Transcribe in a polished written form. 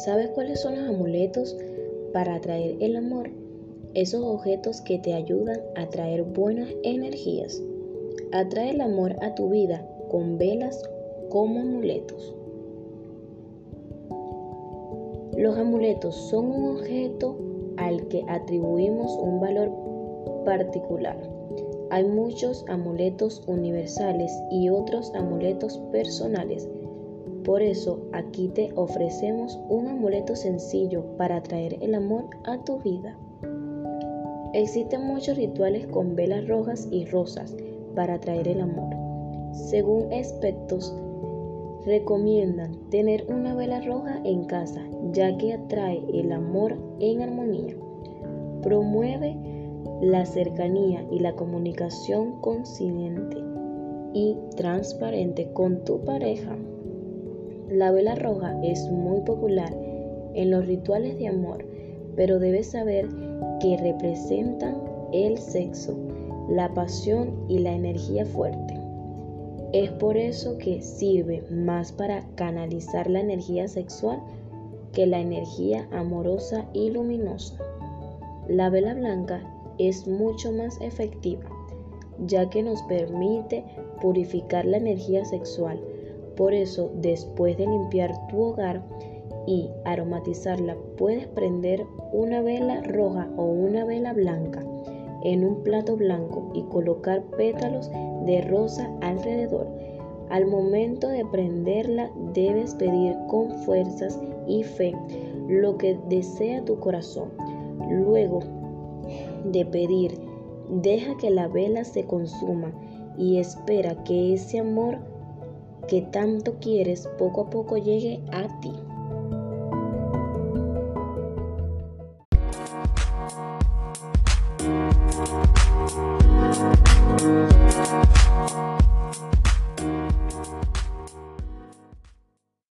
¿Sabes cuáles son los amuletos para atraer el amor? Esos objetos que te ayudan a traer buenas energías. Atrae el amor a tu vida con velas como amuletos. Los amuletos son un objeto al que atribuimos un valor particular. Hay muchos amuletos universales y otros amuletos personales. Por eso aquí te ofrecemos un amuleto sencillo para atraer el amor a tu vida. Existen muchos rituales con velas rojas y rosas para atraer el amor. Según expertos, recomiendan tener una vela roja en casa, ya que atrae el amor en armonía. Promueve la cercanía y la comunicación consciente y transparente con tu pareja. La vela roja es muy popular en los rituales de amor, pero debes saber que representan el sexo, la pasión y la energía fuerte. Es por eso que sirve más para canalizar la energía sexual que la energía amorosa y luminosa. La vela blanca es mucho más efectiva, ya que nos permite purificar la energía sexual. Por eso, después de limpiar tu hogar y aromatizarla, puedes prender una vela roja o una vela blanca en un plato blanco y colocar pétalos de rosa alrededor. Al momento de prenderla, debes pedir con fuerzas y fe lo que desea tu corazón. Luego de pedir, deja que la vela se consuma y espera que ese amor que tanto quieres poco a poco llegue a ti.